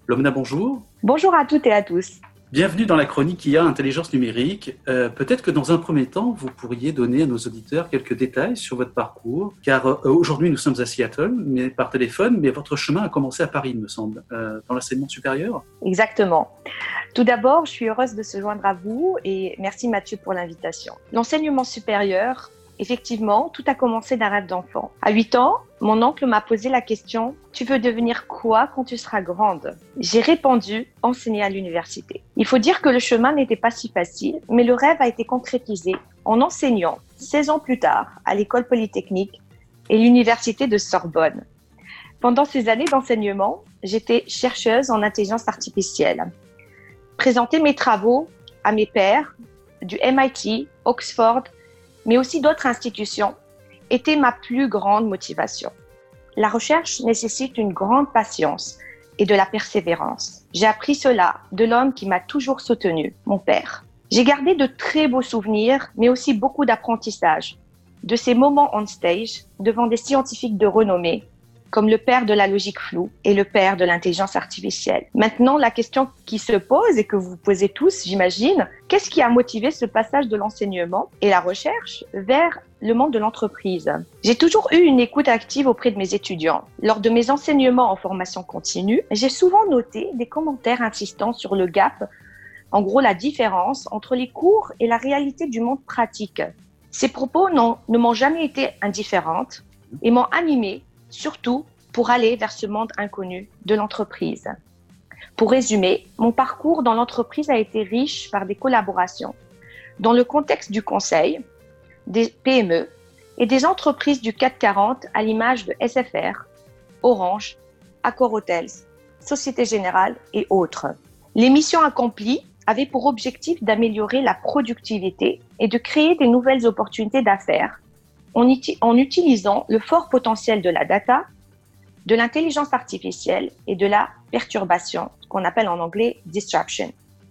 Lomna, bonjour. Bonjour à toutes et à tous. Bienvenue dans la chronique I A Intelligence numérique. Euh, peut-être que dans un premier temps, vous pourriez donner à nos auditeurs quelques détails sur votre parcours, car euh, aujourd'hui nous sommes à Seattle, mais par téléphone, mais votre chemin a commencé à Paris, il me semble, euh, dans l'enseignement supérieur. Exactement. Tout d'abord, je suis heureuse de se joindre à vous et merci Mathieu pour l'invitation. L'enseignement supérieur, effectivement, tout a commencé d'un rêve d'enfant. À huit ans, mon oncle m'a posé la question « Tu veux devenir quoi quand tu seras grande ?» J'ai répondu « Enseigner à l'université ». Il faut dire que le chemin n'était pas si facile, mais le rêve a été concrétisé en enseignant seize ans plus tard à l'école polytechnique et l'université de Sorbonne. Pendant ces années d'enseignement, j'étais chercheuse en intelligence artificielle. Présenter mes travaux à mes pairs du M I T, Oxford, mais aussi d'autres institutions, était ma plus grande motivation. La recherche nécessite une grande patience et de la persévérance. J'ai appris cela de l'homme qui m'a toujours soutenu, mon père. J'ai gardé de très beaux souvenirs, mais aussi beaucoup d'apprentissage, de ces moments on stage devant des scientifiques de renommée, comme le père de la logique floue et le père de l'intelligence artificielle. Maintenant, la question qui se pose et que vous posez tous, j'imagine, qu'est-ce qui a motivé ce passage de l'enseignement et la recherche vers le monde de l'entreprise? J'ai toujours eu une écoute active auprès de mes étudiants. Lors de mes enseignements en formation continue, j'ai souvent noté des commentaires insistant sur le gap, en gros la différence entre les cours et la réalité du monde pratique. Ces propos n'ont, ne m'ont jamais été indifférentes et m'ont animée, surtout pour aller vers ce monde inconnu de l'entreprise. Pour résumer, mon parcours dans l'entreprise a été riche par des collaborations dans le contexte du conseil, des P M E et des entreprises du C A C quarante à l'image de S F R, Orange, Accor Hotels, Société Générale et autres. Les missions accomplies avaient pour objectif d'améliorer la productivité et de créer des nouvelles opportunités d'affaires en, uti- en utilisant le fort potentiel de la data, de l'intelligence artificielle et de la perturbation, ce qu'on appelle en anglais disruption.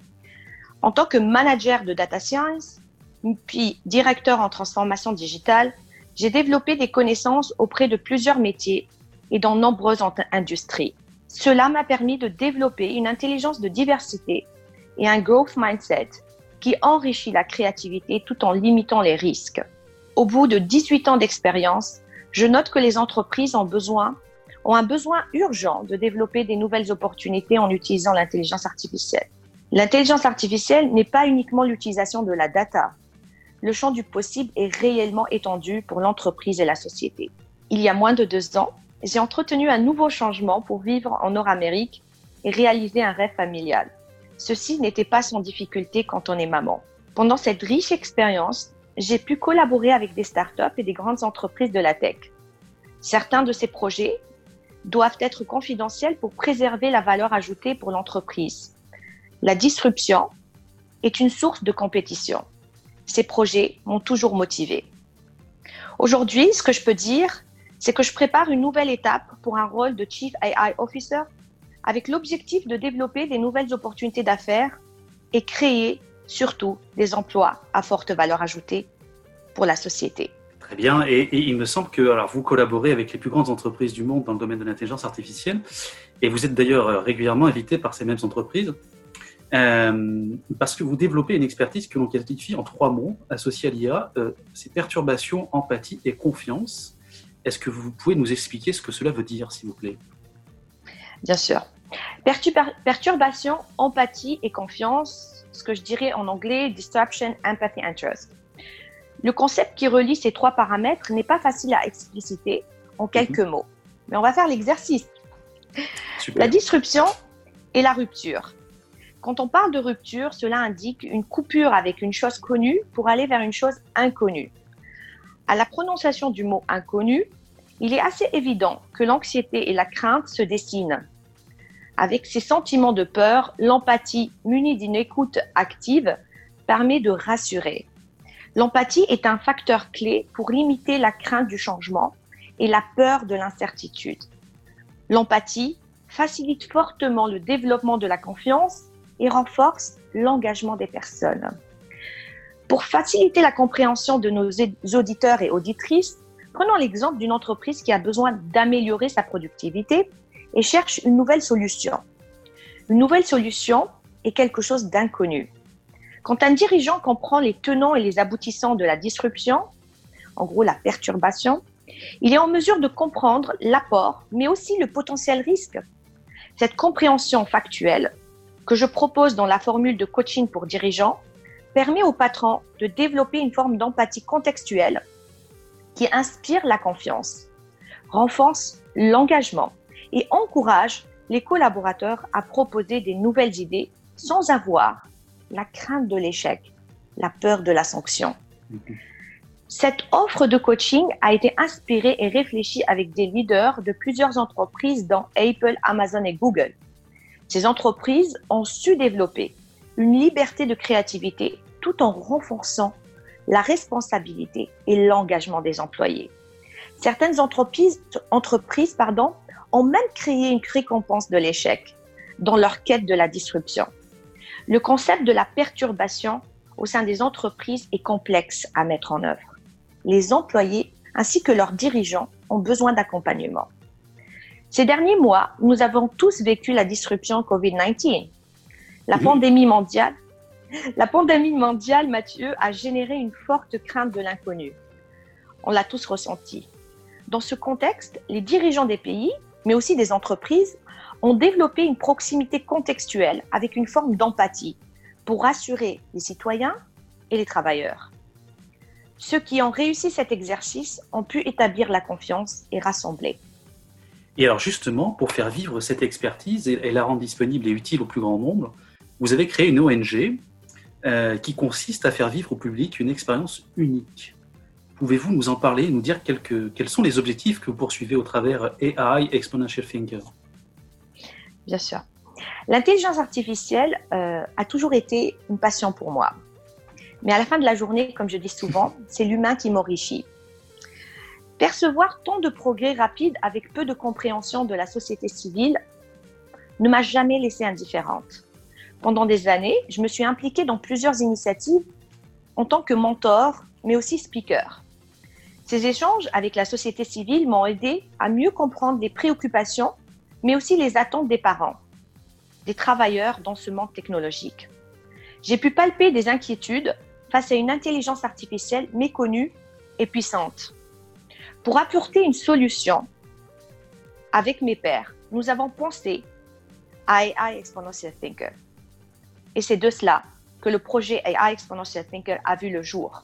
En tant que manager de data science, puis directeur en transformation digitale, j'ai développé des connaissances auprès de plusieurs métiers et dans nombreuses industries. Cela m'a permis de développer une intelligence de diversité et un growth mindset qui enrichit la créativité tout en limitant les risques. Au bout de dix-huit ans d'expérience, je note que les entreprises ont besoin, ont un besoin urgent de développer des nouvelles opportunités en utilisant l'intelligence artificielle. L'intelligence artificielle n'est pas uniquement l'utilisation de la data. Le champ du possible est réellement étendu pour l'entreprise et la société. Il y a moins de deux ans, j'ai entretenu un nouveau changement pour vivre en Nord-Amérique et réaliser un rêve familial. Ceci n'était pas sans difficulté quand on est maman. Pendant cette riche expérience, j'ai pu collaborer avec des startups et des grandes entreprises de la tech. Certains de ces projets doivent être confidentiels pour préserver la valeur ajoutée pour l'entreprise. La disruption est une source de compétition. Ces projets m'ont toujours motivée. Aujourd'hui, ce que je peux dire, c'est que je prépare une nouvelle étape pour un rôle de Chief A I Officer avec l'objectif de développer des nouvelles opportunités d'affaires et créer surtout des emplois à forte valeur ajoutée pour la société. Très bien, et, et il me semble que alors, vous collaborez avec les plus grandes entreprises du monde dans le domaine de l'intelligence artificielle, et vous êtes d'ailleurs régulièrement invité par ces mêmes entreprises, euh, parce que vous développez une expertise que l'on qualifie en trois mots, associée à l'I A, euh, c'est perturbation, empathie et confiance. Est-ce que vous pouvez nous expliquer ce que cela veut dire, s'il vous plaît? Bien sûr. Perturba- perturbation, empathie et confiance, ce que je dirais en anglais, disruption, empathy and trust. Le concept qui relie ces trois paramètres n'est pas facile à expliciter en quelques mmh. mots, mais on va faire l'exercice. Super. La disruption et la rupture. Quand on parle de rupture, cela indique une coupure avec une chose connue pour aller vers une chose inconnue. À la prononciation du mot inconnu, il est assez évident que l'anxiété et la crainte se dessinent. Avec ces sentiments de peur, l'empathie munie d'une écoute active permet de rassurer. L'empathie est un facteur clé pour limiter la crainte du changement et la peur de l'incertitude. L'empathie facilite fortement le développement de la confiance et renforce l'engagement des personnes. Pour faciliter la compréhension de nos auditeurs et auditrices, prenons l'exemple d'une entreprise qui a besoin d'améliorer sa productivité et cherche une nouvelle solution. Une nouvelle solution est quelque chose d'inconnu. Quand un dirigeant comprend les tenants et les aboutissants de la disruption, en gros la perturbation, il est en mesure de comprendre l'apport, mais aussi le potentiel risque. Cette compréhension factuelle que je propose dans la formule de coaching pour dirigeants permet aux patrons de développer une forme d'empathie contextuelle qui inspire la confiance, renforce l'engagement et encourage les collaborateurs à proposer des nouvelles idées sans avoir la crainte de l'échec, la peur de la sanction. Cette offre de coaching a été inspirée et réfléchie avec des leaders de plusieurs entreprises dont Apple, Amazon et Google. Ces entreprises ont su développer une liberté de créativité tout en renforçant la responsabilité et l'engagement des employés. Certaines entreprises, entreprises pardon, ont même créé une récompense de l'échec dans leur quête de la disruption. Le concept de la perturbation au sein des entreprises est complexe à mettre en œuvre. Les employés ainsi que leurs dirigeants ont besoin d'accompagnement. Ces derniers mois, nous avons tous vécu la disruption covid dix-neuf. La pandémie mondiale, la pandémie mondiale, Mathieu, a généré une forte crainte de l'inconnu. On l'a tous ressenti. Dans ce contexte, les dirigeants des pays, mais aussi des entreprises, ont développé une proximité contextuelle avec une forme d'empathie pour rassurer les citoyens et les travailleurs. Ceux qui ont réussi cet exercice ont pu établir la confiance et rassembler. Et alors justement, pour faire vivre cette expertise et, et la rendre disponible et utile au plus grand nombre, vous avez créé une O N G euh, qui consiste à faire vivre au public une expérience unique. Pouvez-vous nous en parler et nous dire quelques, quels sont les objectifs que vous poursuivez au travers A I Exponential Thinker? Bien sûr. L'intelligence artificielle euh, a toujours été une passion pour moi. Mais à la fin de la journée, comme je dis souvent, c'est l'humain qui m'enrichit. Percevoir tant de progrès rapides avec peu de compréhension de la société civile ne m'a jamais laissée indifférente. Pendant des années, je me suis impliquée dans plusieurs initiatives en tant que mentor, mais aussi speaker. Ces échanges avec la société civile m'ont aidé à mieux comprendre les préoccupations, mais aussi les attentes des parents, des travailleurs dans ce monde technologique. J'ai pu palper des inquiétudes face à une intelligence artificielle méconnue et puissante. Pour apporter une solution, avec mes pairs, nous avons pensé à A I Exponential Thinker. Et c'est de cela que le projet A I Exponential Thinker a vu le jour.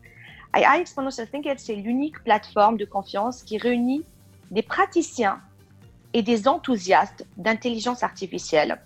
A I Exponential Thinker, c'est l'unique plateforme de confiance qui réunit des praticiens et des enthousiastes d'intelligence artificielle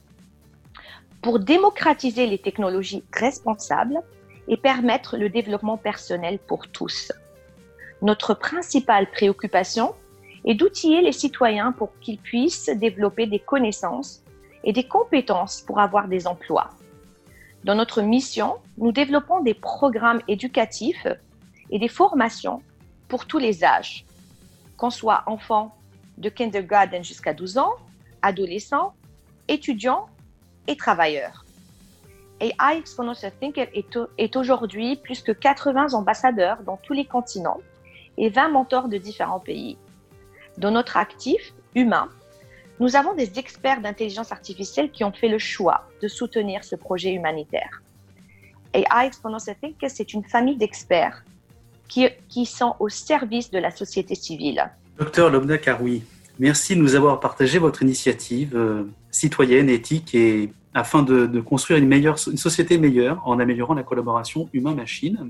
pour démocratiser les technologies responsables et permettre le développement personnel pour tous. Notre principale préoccupation est d'outiller les citoyens pour qu'ils puissent développer des connaissances et des compétences pour avoir des emplois. Dans notre mission, nous développons des programmes éducatifs et des formations pour tous les âges, qu'on soit enfant de kindergarten jusqu'à douze ans, adolescents, étudiants et travailleurs. A I Exponential Thinker est, est aujourd'hui plus que quatre-vingts ambassadeurs dans tous les continents et vingt mentors de différents pays. Dans notre actif humain, nous avons des experts d'intelligence artificielle qui ont fait le choix de soutenir ce projet humanitaire. A I Exponential Thinker, c'est une famille d'experts qui, qui sont au service de la société civile. Docteur Lobna Karoui, merci de nous avoir partagé votre initiative euh, citoyenne, éthique et afin de, de construire une, meilleure, une société meilleure en améliorant la collaboration humain-machine.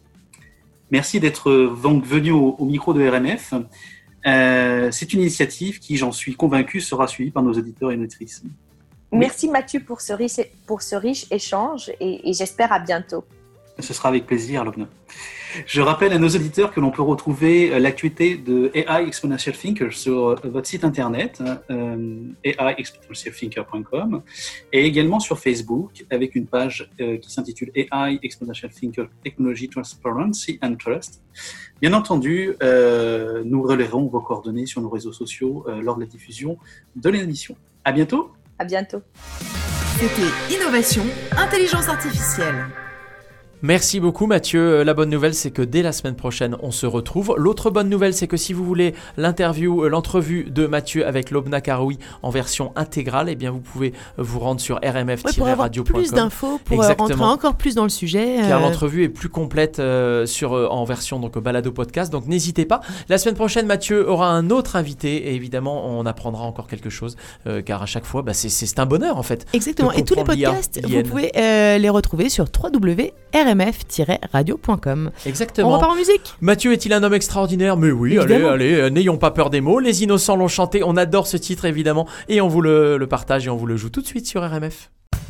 Merci d'être donc venu au, au micro de R M F. Euh, c'est une initiative qui, j'en suis convaincu, sera suivie par nos auditeurs et auditrices. Merci Mathieu pour ce riche, pour ce riche échange et, et j'espère à bientôt. Ce sera avec plaisir, Lobna. Je rappelle à nos auditeurs que l'on peut retrouver l'actualité de A I Exponential Thinker sur votre site internet, euh, A I exponential thinker point com, et également sur Facebook avec une page euh, qui s'intitule A I Exponential Thinker Technology Transparency and Trust. Bien entendu, euh, nous relèverons vos coordonnées sur nos réseaux sociaux euh, lors de la diffusion de l'émission. À bientôt. À bientôt. C'était Innovation, Intelligence Artificielle. Merci beaucoup Mathieu. La bonne nouvelle, c'est que dès la semaine prochaine, on se retrouve. L'autre bonne nouvelle, c'est que si vous voulez l'interview, l'entrevue de Mathieu avec Lobna Karoui en version intégrale, eh bien vous pouvez vous rendre sur r m f tiret radio point com. Ouais, pour avoir plus d'infos, pour Exactement. rentrer encore plus dans le sujet. Car euh... l'entrevue est plus complète euh, sur, euh, en version donc, balado podcast, donc n'hésitez pas. La semaine prochaine, Mathieu aura un autre invité et évidemment, on apprendra encore quelque chose, euh, car à chaque fois, bah, c'est, c'est un bonheur en fait. Exactement. Et tous les podcasts, vous pouvez euh, les retrouver sur w w w point r m f tiret radio point com. Exactement. On repart en musique. Mathieu est-il un homme extraordinaire? Mais oui, évidemment. allez, allez, euh, n'ayons pas peur des mots. Les innocents l'ont chanté. On adore ce titre évidemment et on vous le, le partage et on vous le joue tout de suite sur R M F.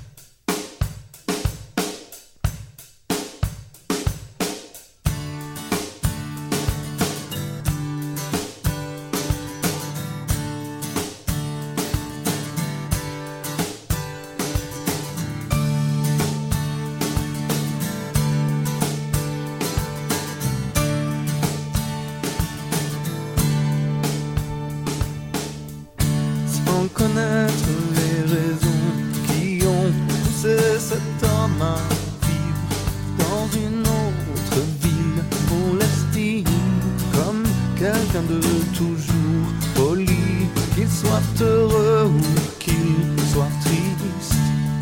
Connaître les raisons qui ont poussé cet homme à vivre dans une autre ville. On l'estime comme quelqu'un de toujours poli, qu'il soit heureux ou qu'il soit triste,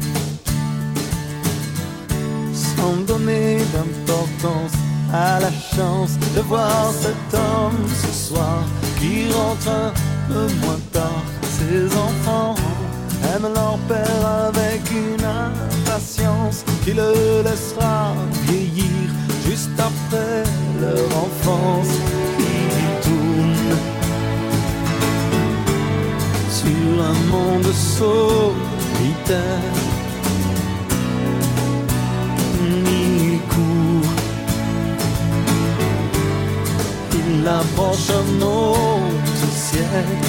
sans donner d'importance à la chance de voir cet homme ce soir qui rentre un peu moins tard. Ses enfants aiment leur père avec une impatience qui le laissera vieillir juste après leur enfance. Il tourne sur un monde solitaire. Il court, il approche un autre siècle.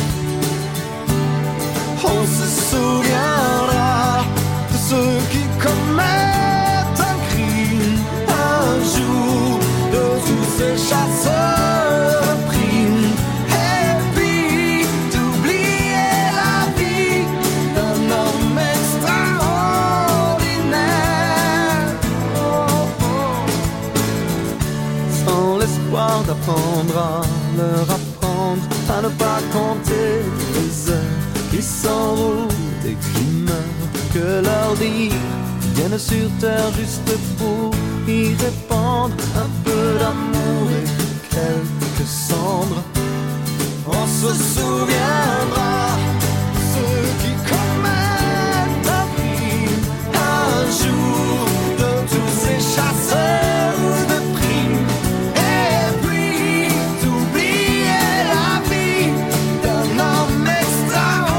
On se souviendra de ceux qui commettent un crime un jour, de tous ces chasseurs de primes, et puis d'oublier la vie d'un homme extraordinaire, oh, oh. Sans l'espoir d'apprendre à leur apprendre à ne pas compter les heures qui s'enroulent et qui meurent, que leur dire viennent sur terre juste pour y répandre un peu d'amour et quelques cendres. On se souviendra de ceux qui commettent un crime un jour, de tous ces chasseurs de primes, et puis d'oublier la vie d'un homme extraordinaire.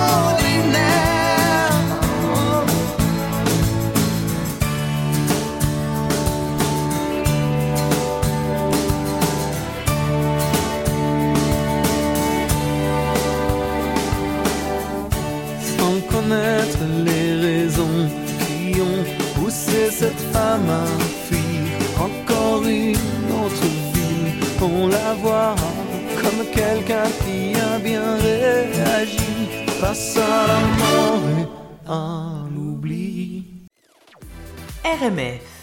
Connaître les raisons qui ont poussé cette femme à fuir encore une autre ville. On la voit comme quelqu'un qui a bien réagi face à la mort et à l'oubli. R M F